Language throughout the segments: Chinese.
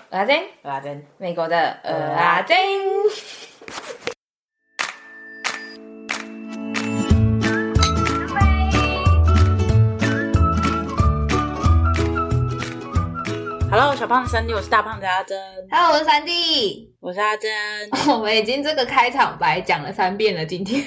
阿珍， 阿珍， 美国的阿珍。 Hello， 小胖子3D，我是大胖子阿珍。 Hello， 我是3弟， 我是阿珍。 我们已经这个开场白讲了3遍了，今天，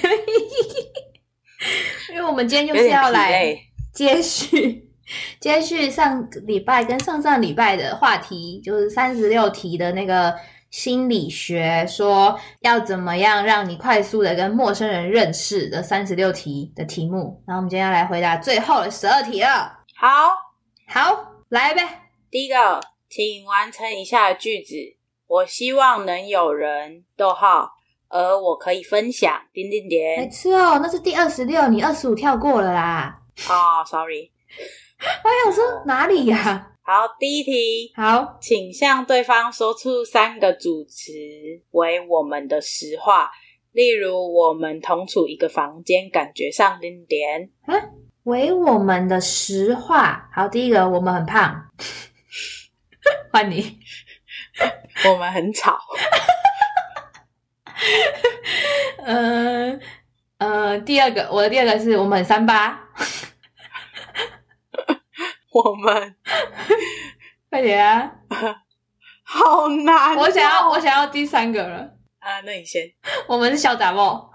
因为我们今天就是要来接续上礼拜跟上上礼拜的话题，就是36题的那个心理学，说要怎么样让你快速的跟陌生人认识的36题的题目。然后我们今天要来回答最后的12题了。好，来呗。 第一个，请完成以下的句子。我希望能有人，而我可以分享， 白痴哦，那是第26，你25跳过了啦。 sorry。 我想说哪里呀？ 好，第一题。 好，请向对方说出3个主词为我们的实话，例如我们同处一个房间，感觉上为我们的实话。好，第一个，我们很胖。换你。 我们很吵。 第二个，我的第二个是我们很38。 我们快点啊！ 好难哦。 我想要第3个了。 那你先。 我们是小杂毛。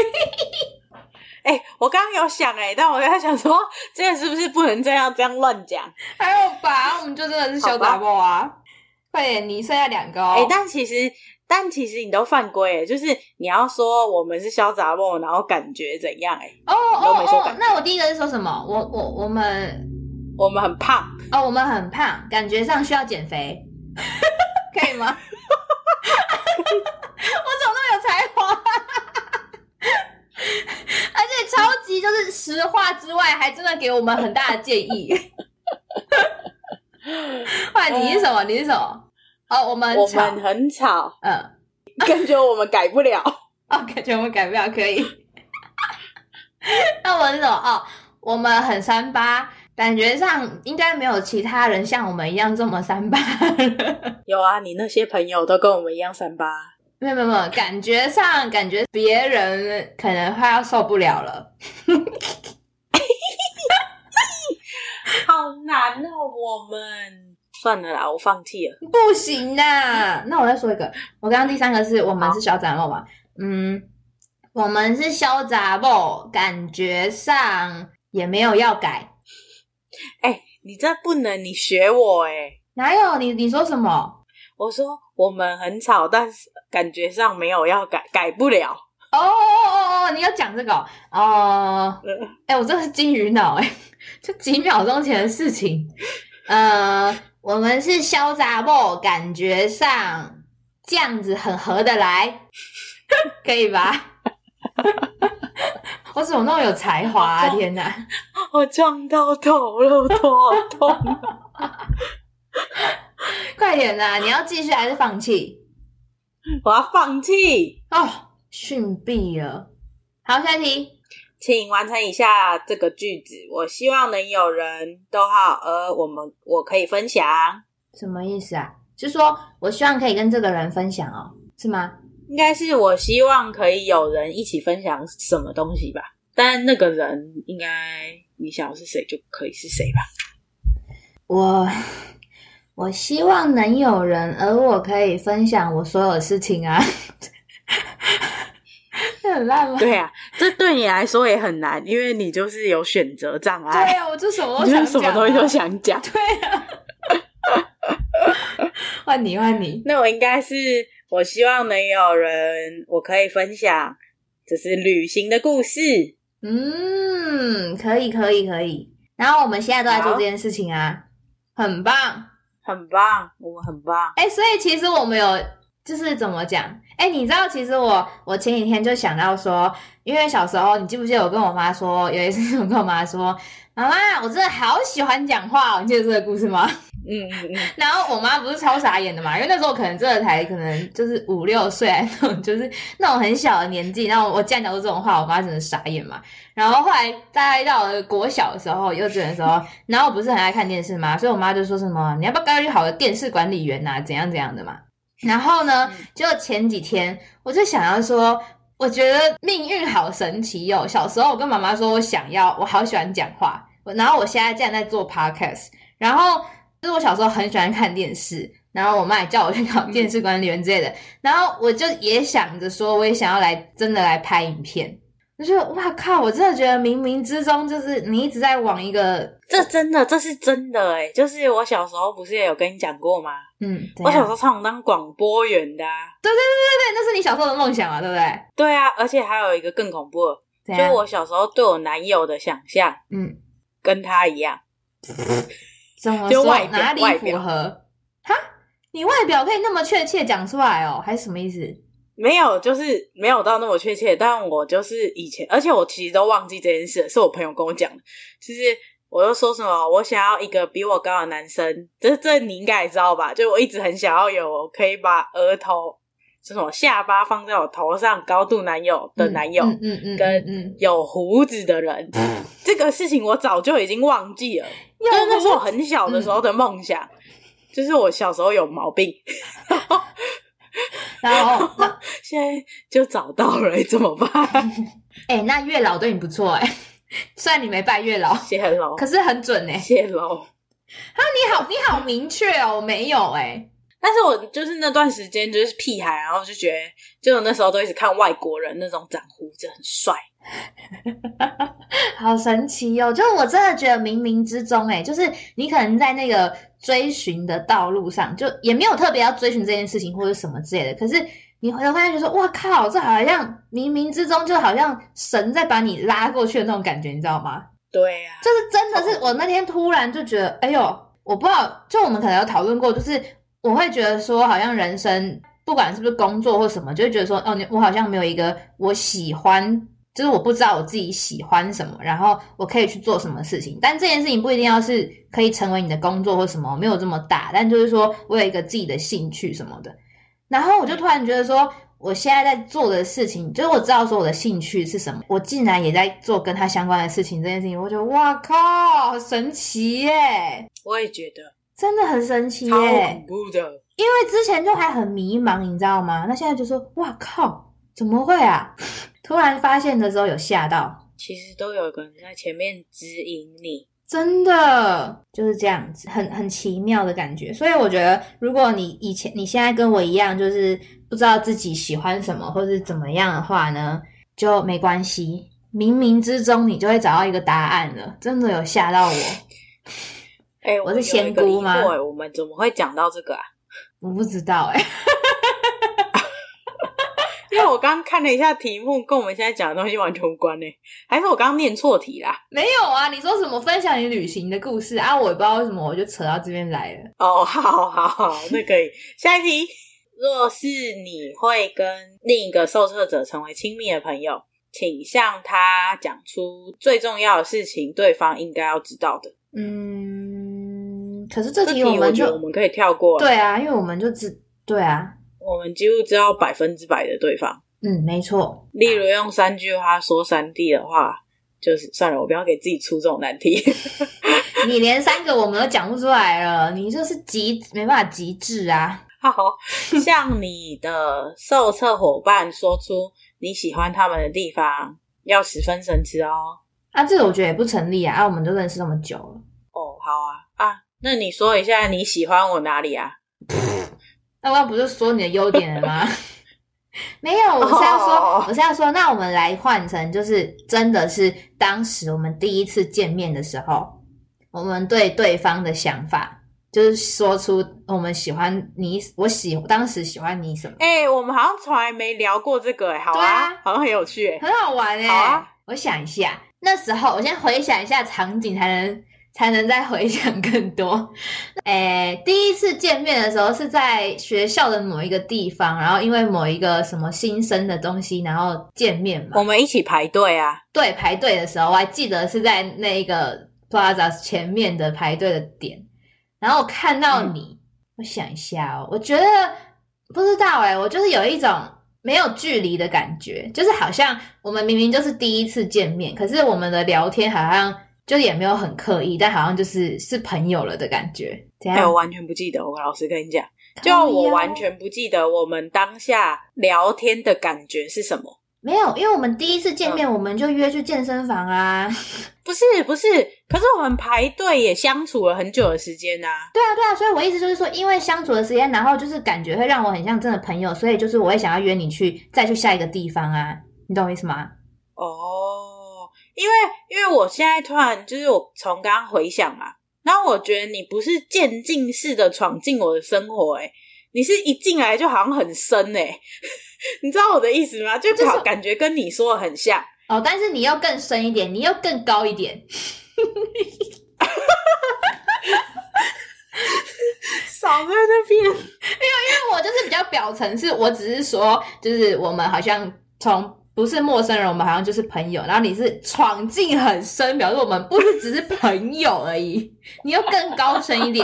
我刚刚有想但我在想说，这个是不是不能这样乱讲？ 还有吧，我们就真的是小杂毛啊！快点，你剩下2个哦。 但其实你都犯规就是你要说我们是小杂毛，然后感觉怎样都没说感觉。 那我第一个是说什么？我们很胖我们很胖，感觉上需要减肥。可以吗？我怎么那么有才华？而且超级就是实话之外，还真的给我们很大的建议。换你是什么？我们很吵。感觉我们改不了。 感觉我们改不了，可以。那我是什么？我们很38，感觉上应该没有其他人像我们一样这么38。 有啊，你那些朋友都跟我们一样38。 没有，感觉别人可能快要受不了了。 好难哦，我们算了啦，我放弃了。 不行啦，那我再说一个。我刚刚第3个是我们是小杂毛嘛？我们是小杂毛，感觉上也没有要改。 你这不能，你学我哪有？你说什么？ 我说我们很吵，但是感觉上没有要改不了。 你要讲这个我真的是金鱼脑就几秒钟前的事情。我们是小杂毛，感觉上这样子很合得来。可以吧？我怎么那么有才华天哪！ 我撞到头了，我头好痛。 快点啦！你要继续还是放弃？ 我要放弃。 逊毙了。好，下一题。 请完成以下这个句子。我希望能有人，而我可以分享。 什么意思啊？是说我希望可以跟这个人分享是吗？ 应该是我希望可以有人一起分享什么东西吧。但那个人应该你想要是谁就可以是谁吧。 我希望能有人，而我可以分享我所有的事情啊。这很烂吗？ 对啊，这对你来说也很难，因为你就是有选择障碍。 对啊，我就什么都想讲什么东西都想讲。 对啊。换你。 那我应该是我希望能有人，我可以分享这是旅行的故事。 可以。然后我们现在都在做这件事情啊，很棒， 我们很棒。 所以其实我们有就是怎么讲？你知道其实我前几天就想到说，因为小时候你记不记得我跟我妈说，有一次我跟我妈说，妈妈，我真的好喜欢讲话你记得这个故事吗？ 然后我妈不是超傻眼的嘛，因为那时候可能这个才可能就是5、6岁那种，就是那种很小的年纪，然后我竟然讲出这种话，我妈真的傻眼嘛。然后后来大概到了国小的时候，幼稚园的时候，然后我不是很爱看电视嘛，所以我妈就说什么你要不要赶快去考个电视管理员啊，怎样怎样的嘛。然后呢，就前几天我就想要说，我觉得命运好神奇哦。小时候我跟妈妈说我好喜欢讲话，然后我现在竟然在做 podcast， 然后就是我小时候很喜欢看电视，然后我妈也叫我去考电视管理员之类的，然后我就也想着说我也想要真的来拍影片。我就哇靠，我真的觉得冥冥之中就是你一直在往一个， 这是真的欸，就是我小时候不是也有跟你讲过吗？我小时候超想当广播员的啊。 对，那是你小时候的梦想嘛，对不对？ 对啊，而且还有一个更恐怖的，就我小时候对我男友的想象跟他一样。 怎么说？ 就外表哪里符合？哈，你外表可以那么确切讲出来哦，还是什么意思？ 没有，就是没有到那么确切，但我就是以前，而且我其实都忘记这件事了，是我朋友跟我讲的，就是我就说什么我想要一个比我高的男生，这你应该也知道吧，就我一直很想要有可以把额头就什么下巴放在我头上高度男友的男友，跟有胡子的人，这个事情我早就已经忘记了，就是那是我很小的时候的梦想，就是我小时候有毛病然后现在就找到了，怎么办？ 那月老对你不错虽然你没拜月老， 谢喽， 可是很准谢喽。 你好明确哦，我没有但是我就是那段时间就是屁孩，然后就觉得，就那时候都一直看外国人那种长胡子很帅， 好神奇哦！就是我真的觉得冥冥之中就是你可能在那个追寻的道路上，就也没有特别要追寻这件事情或者什么之类的，可是你回头看就说哇靠，这好像冥冥之中就好像神在把你拉过去的那种感觉，你知道吗？ 对啊， 就是真的是我那天突然就觉得哎呦，我不知道，就我们可能有讨论过，就是我会觉得说好像人生不管是不是工作或什么，就会觉得说我好像没有一个我喜欢，就是我不知道我自己喜欢什么，然后我可以去做什么事情，但这件事情不一定要是可以成为你的工作或什么，没有这么大，但就是说我有一个自己的兴趣什么的，然后我就突然觉得说我现在在做的事情，就是我知道说我的兴趣是什么，我竟然也在做跟它相关的事情，这件事情我觉得哇靠，好神奇耶！ 我也觉得真的很神奇耶， 超恐怖的， 因为之前就还很迷茫你知道吗？那现在就说哇靠，怎么会啊？突然发现的时候有吓到， 其实都有一个人在前面指引你， 真的就是这样子，很奇妙的感觉。所以我觉得如果你现在跟我一样就是不知道自己喜欢什么或是怎么样的话呢，就没关系，冥冥之中你就会找到一个答案了。真的有吓到我我是仙姑吗？ 我们怎么会讲到这个啊？ 我不知道因为我刚刚看了一下题目，跟我们现在讲的东西完全无关还是我刚刚念错题啦？ 没有啊，你说什么分享你旅行的故事啊？我也不知道为什么我就扯到这边来了。 哦，好，那可以。下一题，若是你会跟另一个受测者成为亲密的朋友，请向他讲出最重要的事情，对方应该要知道的。 可是这题我觉得我们可以跳过。 对啊，因为我们就对啊， 我们几乎知道100%的对方。 没错。 例如用3句话说3题的话，就是算了，我不要给自己出这种难题。 你连3个我们都讲不出来了，你就是没办法极致啊。 好，向你的受测伙伴说出你喜欢他们的地方，要10分神词哦。 这个我觉得也不成立啊，我们都认识那么久了。 好啊，那你说一下你喜欢我哪里啊？ 那我刚不是说你的优点了吗？没有，我是要说，那我们来换成就是真的是当时我们第一次见面的时候，我们对对方的想法，就是说出我们喜欢你，当时喜欢你什么？ 我们好像从来没聊过这个好啊，好像很有趣很好玩好啊， 我想一下，那时候我先回想一下场景，才能再回想更多。第一次见面的时候是在学校的某一个地方，然后因为某一个什么新生的东西，然后见面嘛。 我们一起排队啊。 对，排队的时候我还记得是在那个 Plaza 前面的排队的点。 然后我看到你，我想一下哦，我觉得不知道我就是有一种没有距离的感觉，就是好像我们明明就是第一次见面，可是我们的聊天好像就也没有很刻意，但好像就是朋友了的感觉。怎样？ 我完全不记得，我老实跟你讲，就我完全不记得我们当下聊天的感觉是什么。 没有，因为我们第一次见面，我们就约去健身房啊。 不是，可是我们排队也相处了很久的时间啊。 对啊，所以我意思就是说，因为相处的时间，然后就是感觉会让我很像真的朋友，所以就是我会想要约你再去下一个地方啊，你懂我意思吗？ 哦，因为我现在突然就是我从刚刚回想嘛，然后我觉得你不是渐进式的闯进我的生活你是一进来就好像很深你知道我的意思吗？就感觉跟你说的很像哦，但是你要更深一点，你要更高一点。 少在那边，因为我就是比较表层，是我只是说，就是我们好像从不是陌生人，我们好像就是朋友，然后你是闯进很深，表示我们不是只是朋友而已，你要更高深一点。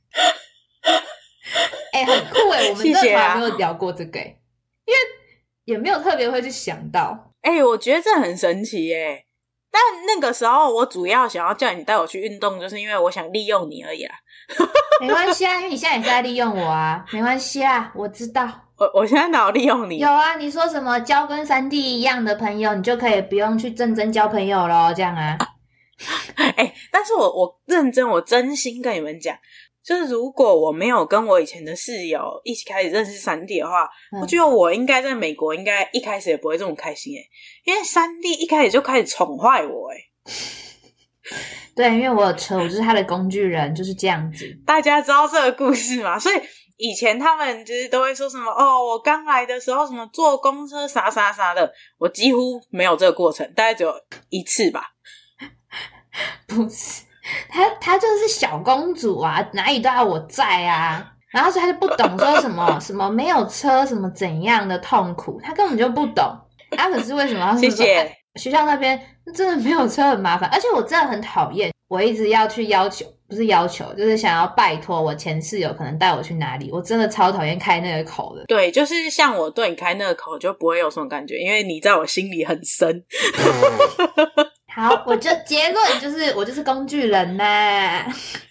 很酷我们真的从来没有聊过这个因为也没有特别会去想到。 我觉得这很神奇但那个时候我主要想要叫你带我去运动，就是因为我想利用你而已啦。 没关系啊，因为你现在也是在利用我啊，没关系啊，我知道。 我现在哪有利用你？ 有啊，你说什么交跟3弟一样的朋友，你就可以不用去认真交朋友咯，这样啊。 但是我认真，我真心跟你们讲，就是如果我没有跟我以前的室友一起开始认识3弟的话，我觉得我应该在美国应该一开始也不会这么开心因为3弟一开始就开始宠坏我对，因为我有车，我就是他的工具人，就是这样子。 大家知道这个故事吗？所以以前他们就是都会说什么我刚来的时候什么坐公车啥啥啥的，我几乎没有这个过程，大概只有一次吧。 不是，他就是小公主啊，哪里都要我在啊，然后所以他就不懂说什么什么没有车什么怎样的痛苦，他根本就不懂。可是为什么要谢谢学校那边真的没有车很麻烦，而且我真的很讨厌，我一直要去不是要求，就是想要拜托我前室友可能带我去哪里，我真的超讨厌开那个口的。 对，就是像我对你开那个口就不会有什么感觉，因为你在我心里很深。 好，我就结论就是我就是工具人呐。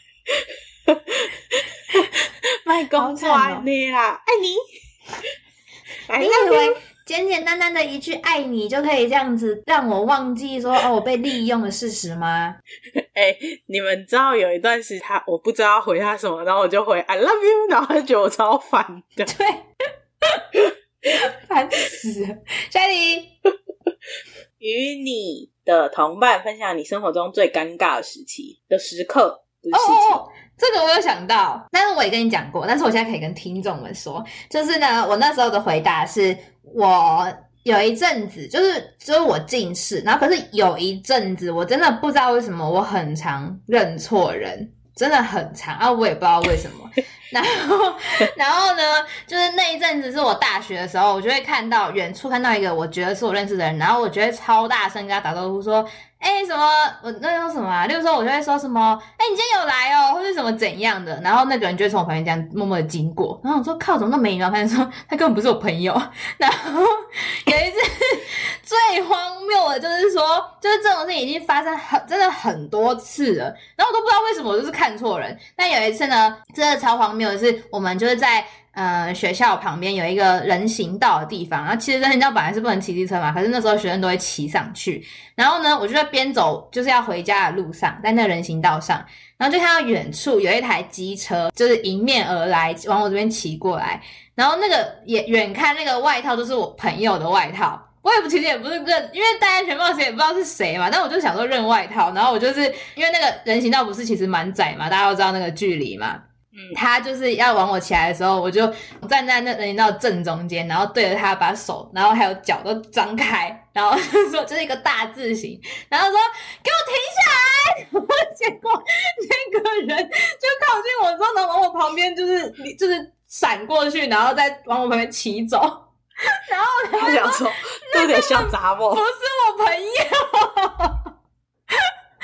卖工作爱你啦，爱你。 你以为简简单单的一句爱你就可以这样子让我忘记说我被利用的事实吗？ 你们知道有一段时间我不知道要回他什么，然后我就回 I love you， 然后他就觉得我超烦的。 对，烦死了。下一题， 与你的同伴分享你生活中最尴尬的时刻，不是事情。 这个我有想到，但是我也跟你讲过，但是我现在可以跟听众们说，就是呢，我那时候的回答是我有一阵子就是我近视，然后可是有一阵子我真的不知道为什么我很常认错人，真的很常我也不知道为什么。然后呢，就是那一阵子是我大学的时候，我就会远处看到一个我觉得是我认识的人，然后我觉得超大声跟他打招呼说什么我那叫什么啊，例如说我就会说什么你今天有来或是什么怎样的，然后那个人就会从我旁边这样默默的经过，然后我说靠怎么那么没礼貌，发现说他根本不是我朋友。然后有一次最荒谬的就是说，就是这种事情已经发生真的很多次了，然后我都不知道为什么我就是看错人。但有一次呢，真的超荒谬的是，我们就是在学校旁边有一个人行道的地方，然后其实人行道本来是不能骑机车嘛，可是那时候学生都会骑上去，然后呢我就在边走就是要回家的路上，在那人行道上，然后就看到远处有一台机车就是迎面而来往我这边骑过来，然后那个远看那个外套就是我朋友的外套，我其实也不是认，因为戴安全帽时也不知道是谁嘛，但我就想说认外套，然后我就是因为那个人行道不是其实蛮窄嘛，大家都知道那个距离嘛，他就是要往我起来的时候，我就站在那人行道正中间，然后对着他把手然后还有脚都张开，然后就说就是一个大字形，然后说给我停下来。结果那个人就靠近我之后，然后往我旁边就是闪过去，然后再往我旁边骑走。然后他想说有点像杂货， 不是我朋友。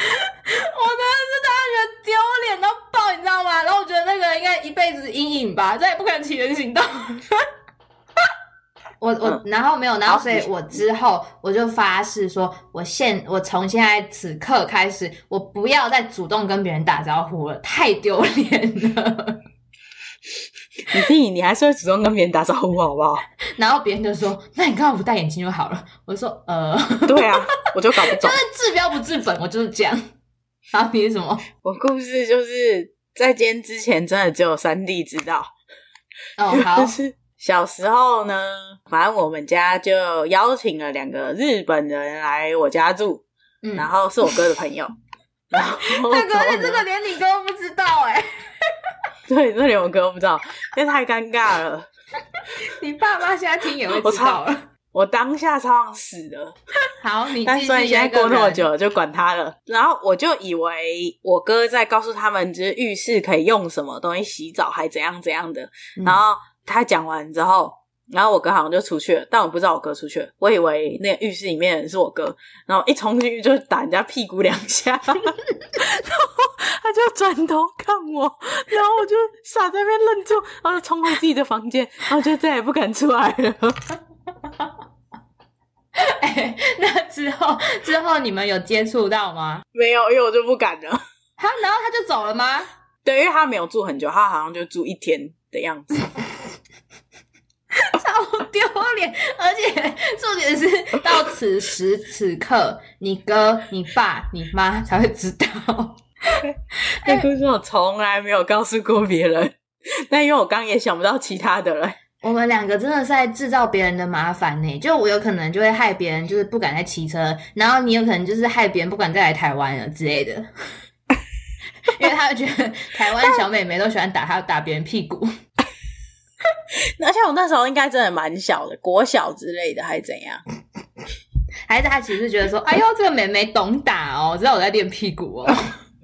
是大家觉得丢脸到爆，你知道吗？然后我觉得那个应该一辈子阴影吧，再也不可能起人行道。然后没有，然后所以我之后我就发誓说，我从现在此刻开始，我不要再主动跟别人打招呼了，太丢脸了。 你屁，你还是会主动跟别人打招呼好不好？ 然后别人就说，那你刚好不戴眼镜就好了。我就说对啊，我就搞不懂， 就是治标不治本，我就是这样。然后你是什么？ 我故事就是在今天之前真的只有3弟知道。 好。 就是小时候呢，反正我们家就邀请了2个日本人来我家住，然后是我哥的朋友。然后大哥，这个连你哥都不知道对，这连我哥都不知道，因为太尴尬了。 你爸妈现在听也会知道了。 我当下超想死的。 好，你但虽然现在过那么久了，就管他了。然后我就以为我哥在告诉他们，就是浴室可以用什么东西洗澡，还怎样怎样的。然后他讲完之后，然后我哥好像就出去了，但我不知道我哥出去了。我以为那个浴室里面的人是我哥，然后一冲进去就打人家屁股2下，然后他就转头看我，然后我就傻在那边愣住，然后就冲回自己的房间，然后就再也不敢出来了。 那之后你们有接触到吗？ 没有，因为我就不敢了。 然后他就走了吗？ 对，因为他没有住很久，他好像就住1天的样子。 超丢脸，而且重点是到此时此刻，你哥、你爸、你妈才会知道。 那故事我从来没有告诉过别人，但因为我刚也想不到其他的了。 我们2个真的是在制造别人的麻烦呢，就我有可能就会害别人就是不敢再骑车，然后你有可能就是害别人不敢再来台湾了之类的。因为他会觉得台湾小妹妹都喜欢打别人屁股。 而且我那时候应该真的蛮小的，国小之类的还是怎样， 还是他其实觉得说，哎呦这个妹妹懂打哦，知道我在练屁股哦。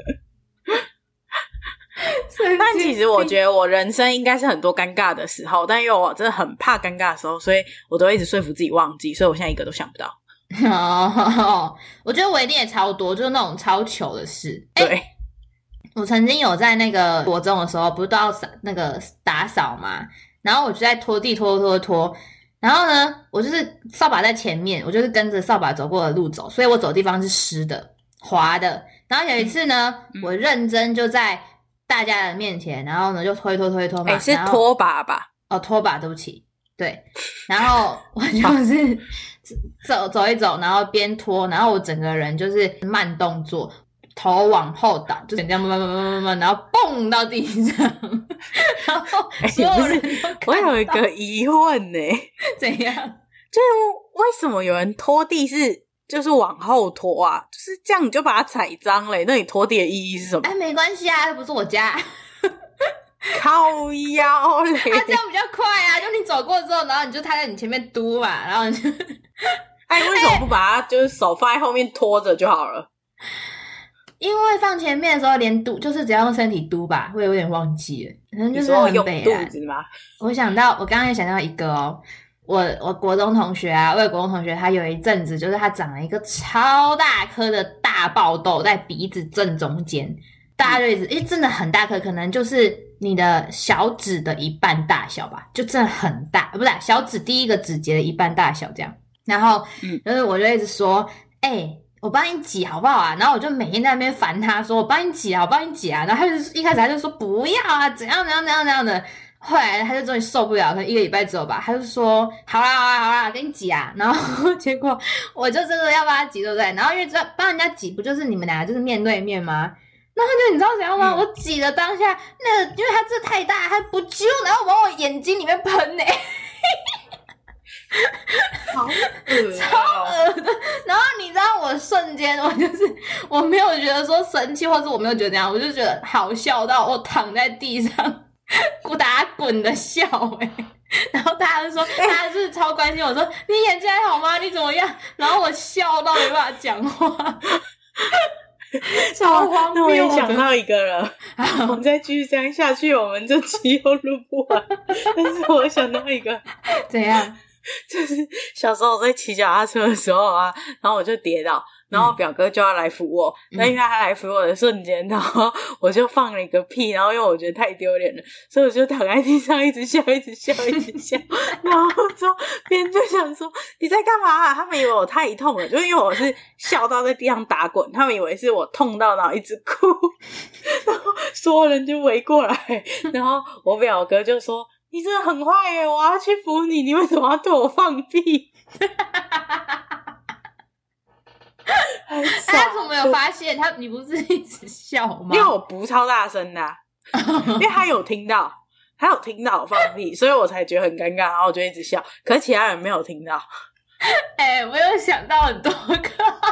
但其实我觉得我人生应该是很多尴尬的时候，但因为我真的很怕尴尬的时候，所以我都一直说服自己忘记，所以我现在一个都想不到。 我觉得我一定也超多，就是那种超糗的事。 对， 我曾经有在那个国中的时候，不是都要那个打扫嘛，然后我就在拖地拖，然后呢，我就是扫把在前面，我就是跟着扫把走过的路走，所以我走的地方是湿的、滑的。然后有一次呢，我认真就在大家的面前，然后呢就拖嘛。 是拖把吧？ 拖把，对不起。对，然后我就是走一走，然后边拖，然后我整个人就是慢动作，头往后倒，就这样慢，然后蹦到地上，然后所有人都看到。 我有一个疑问怎样？ 就是为什么有人拖地就是往后拖啊？就是这样你就把它踩脏了，那你拖地的意义是什么？ 没关系啊，又不是我家。 靠腰嘞， 这样比较快啊！就你走过之后，然后你就他在你前面嘟嘛，然后你就为什么不把它就是手放在后面拖着就好了？ 因为放前面的时候连嘟，就是只要用身体嘟吧，我有点忘记了，可能就是很北用肚子吗？ 我刚刚也想到一个哦，我国中同学啊，我有国中同学，他有一阵子就是他长了一个超大颗的大爆痘在鼻子正中间，大家就一直，因为真的很大颗，可能就是你的小指的一半大小吧，就真的很大，不是小指第一个指节的一半大小这样。然后，就是我就一直说，我帮你挤好不好啊？然后我就每天在那边烦他说，我帮你挤啊，我帮你挤啊。然后他就一开始他就说不要啊，怎样的。后来他就终于受不了，可能1个礼拜之后吧，他就说好啦，给你挤啊。然后结果我就真的要帮他挤，对不对？然后因为帮人家挤，不就是你们俩就是面对面吗？然后就你知道怎样吗？我挤的当下，因为他这太大，他不揪，然后往我眼睛里面喷好恶超恶的。然后你知道我瞬间，我没有觉得说生气，或者我没有觉得怎样，我就觉得好笑到我躺在地上打滚的笑然后大家就说，大家是超关心我说你眼睛还好吗？你怎么样？然后我笑到没办法讲话。超荒谬的。 那我也想到一个了，我们再继续这样下去，我们这期又录不完。但是我想到一个， 怎样？ 就是小时候我在骑脚踏车的时候啊，然后我就跌倒， 然后表哥就要来扶我，那因为他来扶我的瞬间，然后我就放了一个屁，然后因为我觉得太丢脸了，所以我就躺在地上一直笑一直笑一直笑，然后别人就想说你在干嘛啊？他们以为我太痛了，就因为我是笑到在地上打滚，他们以为是我痛到然后一直哭，然后所有人就围过来，然后我表哥就说你真的很坏耶，我要去扶你，你为什么要对我放屁？ 他怎么有发现？你不是一直笑吗？ 因为我不超大声的因为他有听到我放屁，所以我才觉得很尴尬，然后我就一直笑，可是其他人没有听到。 我有想到很多个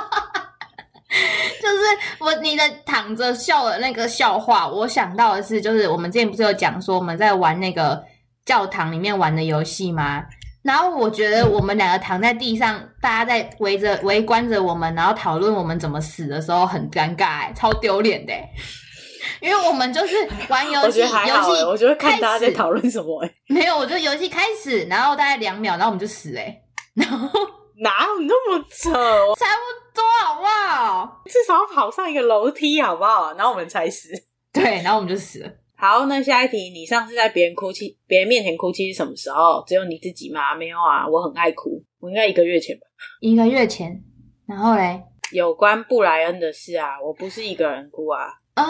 就是你的躺着笑的那个笑话，我想到的是，就是我们之前不是有讲说我们在玩那个教堂里面玩的游戏吗？然后我觉得我们两个躺在地上，大家在围观着我们，然后讨论我们怎么死的时候很尴尬超丢脸的因为我们就是玩游戏， 我觉得看大家在讨论什么没有，我觉得游戏开始，然后大概2秒，然后我们就死然后哪有那么扯？ 差不多好不好？ 至少要跑上一个楼梯好不好？然后我们才死。 对，然后我们就死了。 好，那下一题，你上次在别人面前哭泣是什么时候？只有你自己吗？没有啊，我很爱哭，我应该1个月前吧。 1个月前，然后嘞？ 有关布莱恩的事啊，我不是一个人哭啊。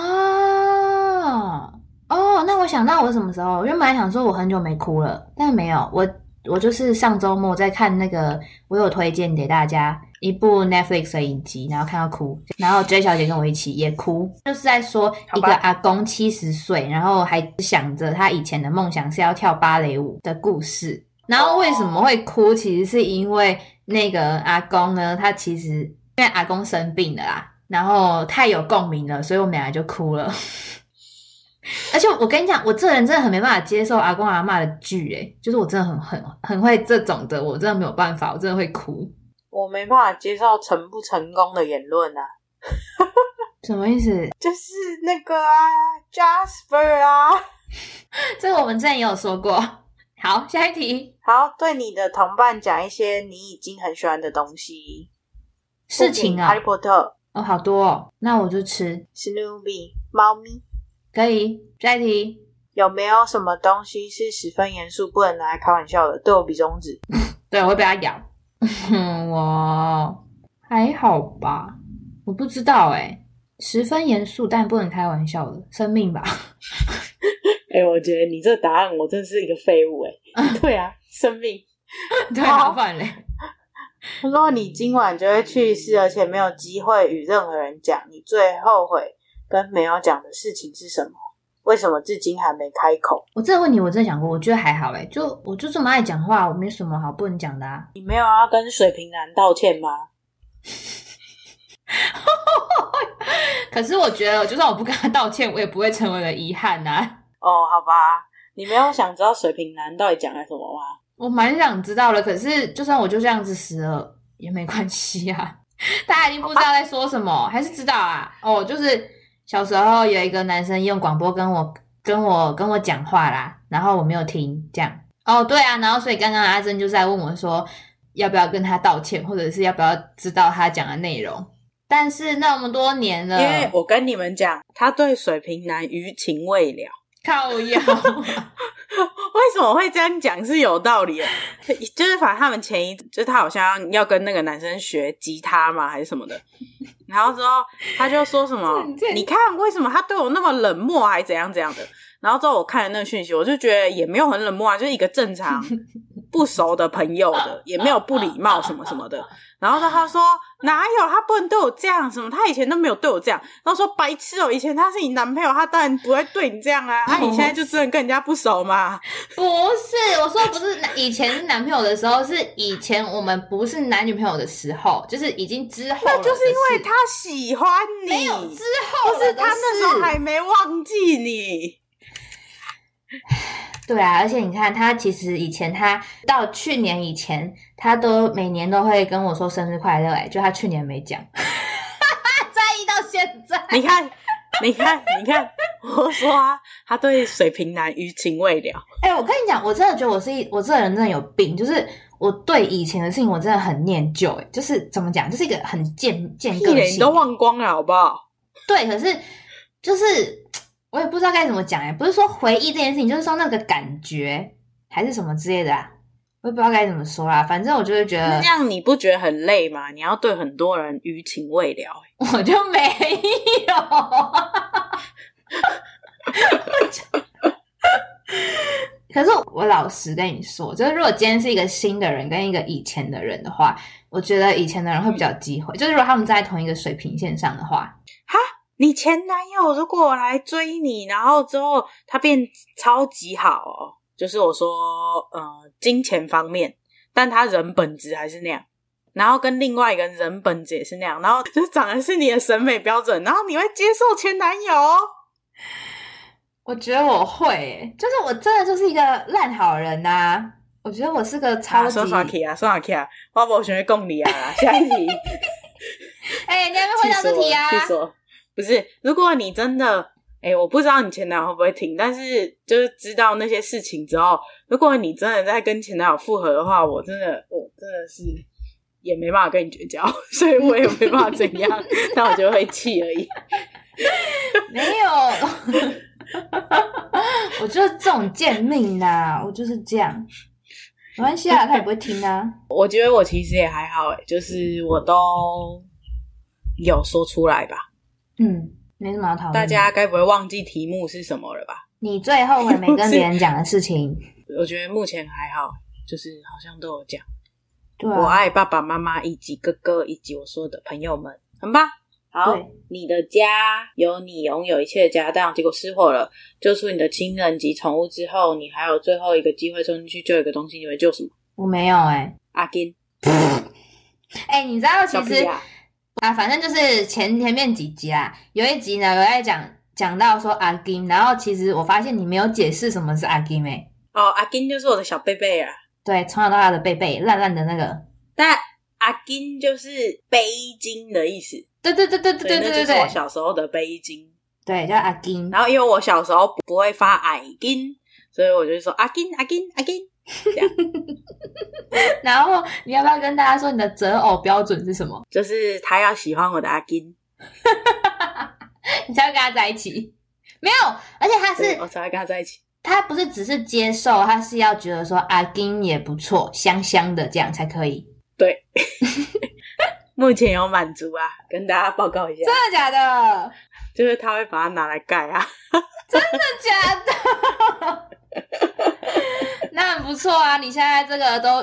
那我想到我什么时候？我原本还想说我很久没哭了，但没有，我就是上周末在看那个，我有推荐给大家一部 Netflix 的影集，然后看到哭，然后 J 小姐跟我一起也哭，就是在说一个阿公70岁，然后还想着他以前的梦想是要跳芭蕾舞的故事。然后为什么会哭？其实是因为那个阿公呢，他其实因为阿公生病了啦，然后太有共鸣了，所以我们俩就哭了。而且我跟你讲，我这人真的很没办法接受阿公阿嬷的剧就是我真的很会这种的，我真的没有办法，我真的会哭。 我没办法接受成不成功的言论啊。 什么意思？ 就是那个Jasper 啊， 这个我们之前也有说过。好，下一题。 好，对你的同伴讲一些你已经很喜欢的东西。 事情啊， 哈利波特好多哦，那我就吃史努比猫咪。 可以。下一题， 有没有什么东西是10分严肃不能拿来开玩笑的？对我比中指。 对，我会被他咬。我还好吧，我不知道10分严肃但不能开玩笑的生命吧。 我觉得你这个答案我真是一个废物对啊，生命。 对啊，不然嘞。 他说你今晚就会去世，而且没有机会与任何人讲，你最后悔跟没有讲的事情是什么？为什么至今还没开口？ 我这个问题我真的想过，我觉得还好我就这么爱讲话，我没什么好不能讲的啊。 你没有要跟水瓶男道歉吗？ 可是我觉得就算我不跟他道歉，我也不会成为了遗憾啊。 好吧，你没有想知道水瓶男到底讲了什么吗？ 我蛮想知道的，可是就算我就这样子死了也没关系啊。大家已经不知道在说什么，还是知道啊。就是小时候有一个男生用广播跟我讲话啦，然后我没有听，这样。对啊，然后所以刚刚阿珍就在问我说要不要跟他道歉，或者是要不要知道他讲的内容。但是那么多年了， 因为我跟你们讲，他对水瓶男余情未了。 靠腰为什么会这样讲是有道理的，就是反正他们就是他好像要跟那个男生学吉他嘛还是什么的，然后之后他就说什么你看为什么他对我那么冷漠还怎样怎样的，然后之后我看了那个讯息，我就觉得也没有很冷漠啊，就是一个正常不熟的朋友的，也没有不礼貌什么什么的。然后他说哪有，他不能对我这样，什么他以前都没有对我这样。然后说白痴以前他是你男朋友，他当然不会对你这样啊。你现在就真的跟人家不熟吗？ 不是，我说不是以前是男朋友的时候，是以前我们不是男女朋友的时候，就是已经之后了。 那就是因为他喜欢你， 没有之后了的事， 不是他那时候还没忘记你。 对啊，而且你看他其实以前他到去年以前他都每年都会跟我说生日快乐就他去年没讲在意到现在。 你看你看，我说他对水瓶男余情未了。 我跟你讲，我真的觉得我这个人真的有病，就是我对以前的事情我真的很念旧，就是怎么讲，就是一个很贱个性。 你都忘光了好不好？ 对，可是就是我也不知道该怎么讲，不是说回忆这件事情，就是说那个感觉还是什么之类的啊。我也不知道该怎么说啦，反正我就是觉得那这样你不觉得很累吗？你要对很多人余情未了， 我就没有。可是我老实跟你说，就是如果今天是一个新的人跟一个以前的人的话，我觉得以前的人会比较有机会，就是如果他们在同一个水平线上的话。 哈，你前男友如果来追你，然后之后他变超级好就是我说金钱方面，但他人本质还是那样，然后跟另外一个人本质也是那样，然后就长的是你的审美标准，然后你会接受前男友？ 我觉得我会就是我真的就是一个烂好人啊，我觉得我是个超级算起啊，我没想要讲你啊。下一题你还没回答这题啊？ 去说不是，如果你真的我不知道你前男友会不会听，但是就是知道那些事情之后，如果你真的在跟前男友复合的话，我真的是也没办法跟你绝交，所以我也没办法怎样，那我就会气而已。 没有，我就是这种贱命啊，我就是这样，没关系啊，他也不会听啊。 我觉得我其实也还好就是我都有说出来吧。 没什么要讨论。 大家该不会忘记题目是什么了吧？ 你最后悔没跟别人讲的事情？ 我觉得目前还好，就是好像都有讲。 对我爱爸爸妈妈以及哥哥以及我所有的朋友们，很棒。好，你的家有你拥有一切的家当，结果失火了，救出你的亲人及宠物之后，你还有最后一个机会冲进去救一个东西，你会救什么？ 我没有阿金。 你知道其实反正就是前面几集啦，有一集呢有在讲到说阿金，然后其实我发现你没有解释什么是阿金阿金就是我的小贝贝啊。 对，从小到大的贝贝，烂烂的那个。 但阿金就是背巾的意思。 对，那就是我小时候的背巾。 对，叫阿金。 然后因为我小时候不会发矮金，所以我就说阿金这样。 然后你要不要跟大家说你的择偶标准是什么？ 就是他要喜欢我的阿金。 你才会跟他在一起。没有，而且他是我才会跟他在一起。 他不是只是接受，他是要觉得说阿金也不错，香香的这样才可以。 对。目前有满足啊，跟大家报告一下。 真的假的？ 就是他会把它拿来盖啊。 真的假的？那很不错啊，你现在这个都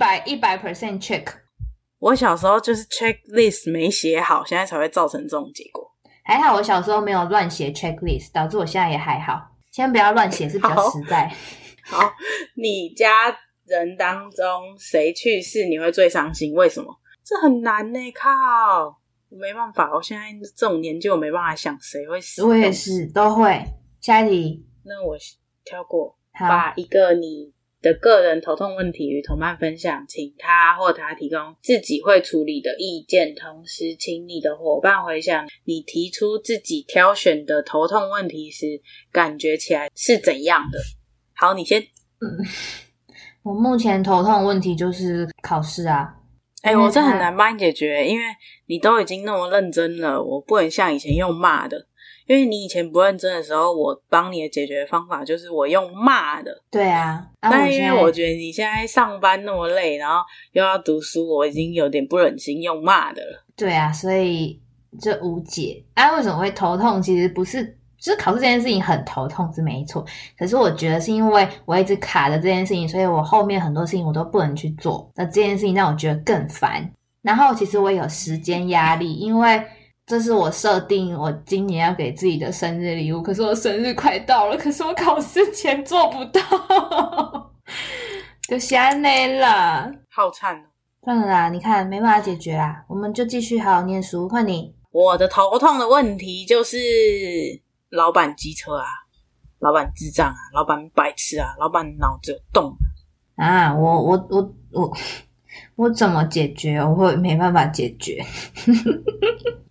100% check。 我小时候就是 checklist 没写好，现在才会造成这种结果。 还好我小时候没有乱写 checklist， 导致我现在也还好。先不要乱写是比较实在。 好，你家人当中谁去世你会最伤心？为什么？这很难靠，我没办法，我现在这种年纪我没办法想谁会死。 我也是都会。下一题， 那我跳过。把一个你的个人头痛问题与同伴分享，请他或他提供自己会处理的意见，同时请你的伙伴回想你提出自己挑选的头痛问题时感觉起来是怎样的。好，你先。 我目前头痛的问题就是考试啊。 我这很难帮你解决，因为你都已经那么认真了，我不能像以前用骂的。因为你以前不认真的时候，我帮你的解决方法就是我用骂的。 对啊， 但因为我觉得你现在上班那么累，然后又要读书，我已经有点不忍心用骂的了。 对啊，所以就无解。为什么会头痛？其实不是，就是考试这件事情很头痛是没错，可是我觉得是因为我一直卡着这件事情，所以我后面很多事情我都不能去做，那这件事情让我觉得更烦。然后其实我有时间压力，因为这是我设定我今年要给自己的生日礼物，可是我生日快到了，可是我考试前做不到。就是这样啦， 好惨哦。 算了啦，你看没办法解决啦，我们就继续好好念书。换你。 我的头痛的问题就是老板机车啊，老板智障啊，老板白痴啊，老板脑子有洞啊。我怎么解决？我会没办法解决。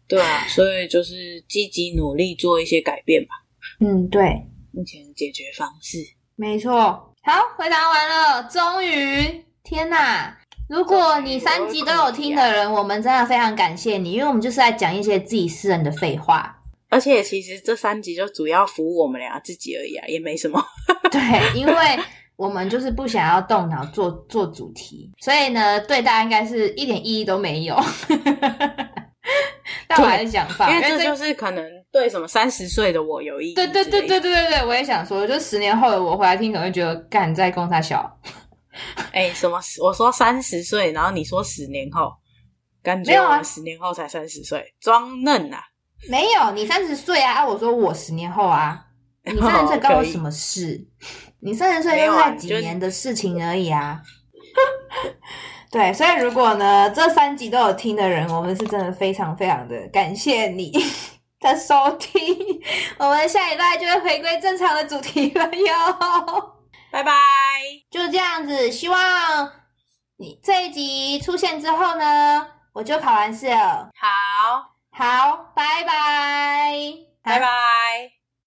对啊，所以就是积极努力做一些改变吧。 对， 目前的解决方式。 没错。好，回答完了，终于，天哪！如果你3集都有听的人，我们真的非常感谢你，因为我们就是在讲一些自己私人的废话。 而且其实这3集就主要服务我们俩自己而已啊，也没什么。 对，因为我们就是不想要动脑做主题，所以呢，对大家应该是一点意义都没有。但我还是想放， 因为这就是可能对什么30岁的我有意义。 对，我也想说，就10年后的我回来听，可能会觉得干在供他小。 什么？我说30岁，然后你说10年后，感觉我们10年后才30岁，装嫩啊！ 没有，你30岁啊！我说我10年后啊，你30岁关我什么事？你30岁就是在几年的事情而已啊。对，所以如果呢这3集都有听的人，我们是真的非常非常的感谢你的收听。我们下礼拜就会回归正常的主题了哟。拜拜，就这样子。希望你这一集出现之后呢，我就考完试了。好，拜拜， 拜拜。